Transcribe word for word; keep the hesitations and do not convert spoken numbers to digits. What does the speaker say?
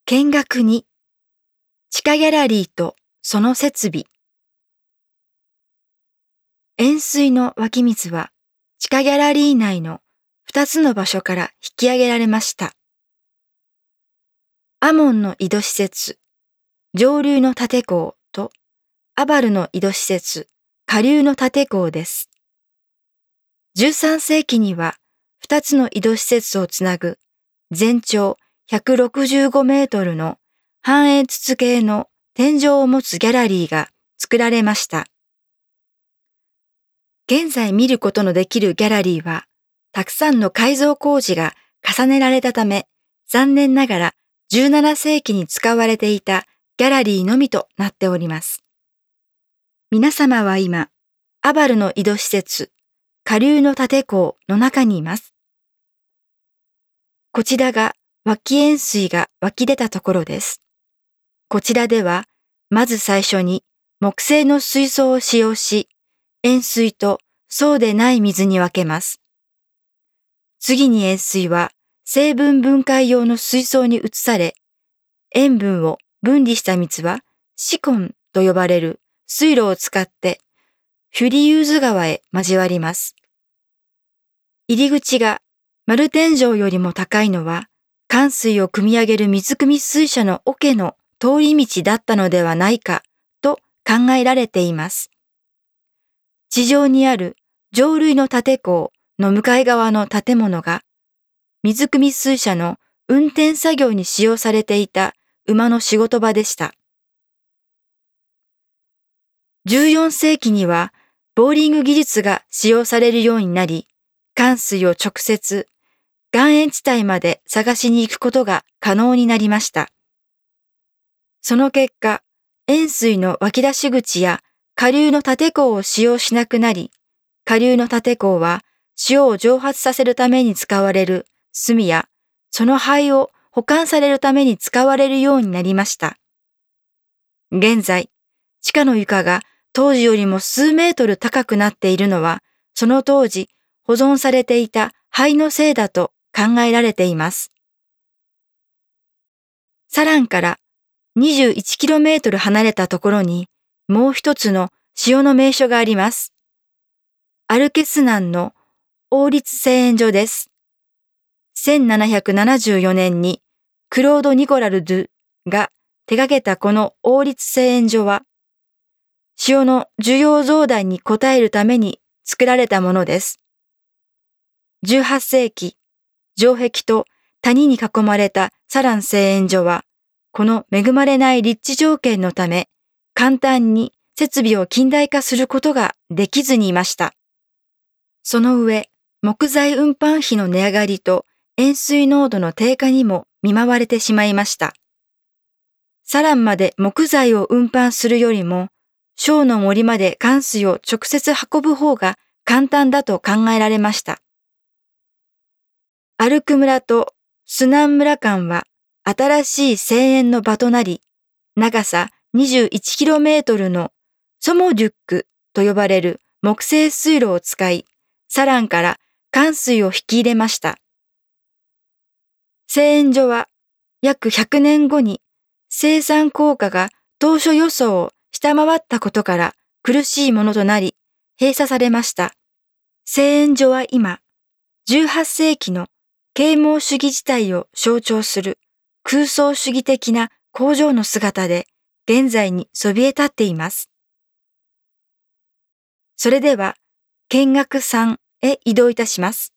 見学に、地下ギャラリーとその設備。塩水の湧き水は地下ギャラリー内の二つの場所から引き上げられました。アモンの井戸施設、上流の建坑とアバルの井戸施設、下流の建坑です。じゅうさん世紀には二つの井戸施設をつなぐ全長ひゃくろくじゅうごメートルの半円筒形の天井を持つギャラリーが作られました。現在見ることのできるギャラリーは、たくさんの改造工事が重ねられたため、残念ながらじゅうなな世紀に使われていたギャラリーのみとなっております。皆様は今、アバルの井戸施設、下流の建坑の中にいます。こちらが湧き塩水が湧き出たところです。こちらでは、まず最初に木製の水槽を使用し、塩水とそうでない水に分けます。次に塩水は成分分解用の水槽に移され、塩分を分離した水はシコンと呼ばれる水路を使ってフュリユーズ川へ交わります。入り口が丸天井よりも高いのは、管水を汲み上げる水汲み水車の桶の通り道だったのではないかと考えられています。地上にある上流の建坑の向かい側の建物が、水汲み水車の運転作業に使用されていた馬の仕事場でした。じゅうよん世紀には、ボーリング技術が使用されるようになり、管水を直接、岩塩地帯まで探しに行くことが可能になりました。その結果、塩水の湧き出し口や下流の建坑を使用しなくなり、下流の建坑は塩を蒸発させるために使われる炭や、その灰を保管されるために使われるようになりました。現在、地下の床が当時よりも数メートル高くなっているのは、その当時保存されていた灰のせいだと考えられています。サランから にじゅういちキロメートル 離れたところにもう一つの塩の名所があります。アルケスナンの王立製塩所です。せんななひゃくななじゅうよねんにクロード・ニコラル・ドゥが手掛けたこの王立製塩所は、塩の需要増大に応えるために作られたものです。じゅうはっ世紀、城壁と谷に囲まれたサラン製塩所は、この恵まれない立地条件のため、簡単に設備を近代化することができずにいました。その上、木材運搬費の値上がりと塩水濃度の低下にも見舞われてしまいました。サランまで木材を運搬するよりも、小の森まで管水を直接運ぶ方が簡単だと考えられました。アルク村とスナン村間は新しい製塩の場となり、長さ にじゅういちキロメートル のソモデュックと呼ばれる木製水路を使い、サランから管水を引き入れました。製塩所は約ひゃくねんごに生産効果が当初予想を下回ったことから苦しいものとなり閉鎖されました。製塩所は今、じゅうはっ世紀の啓蒙主義時代を象徴する空想主義的な工場の姿で現在にそびえ立っています。それでは見学さんへ移動いたします。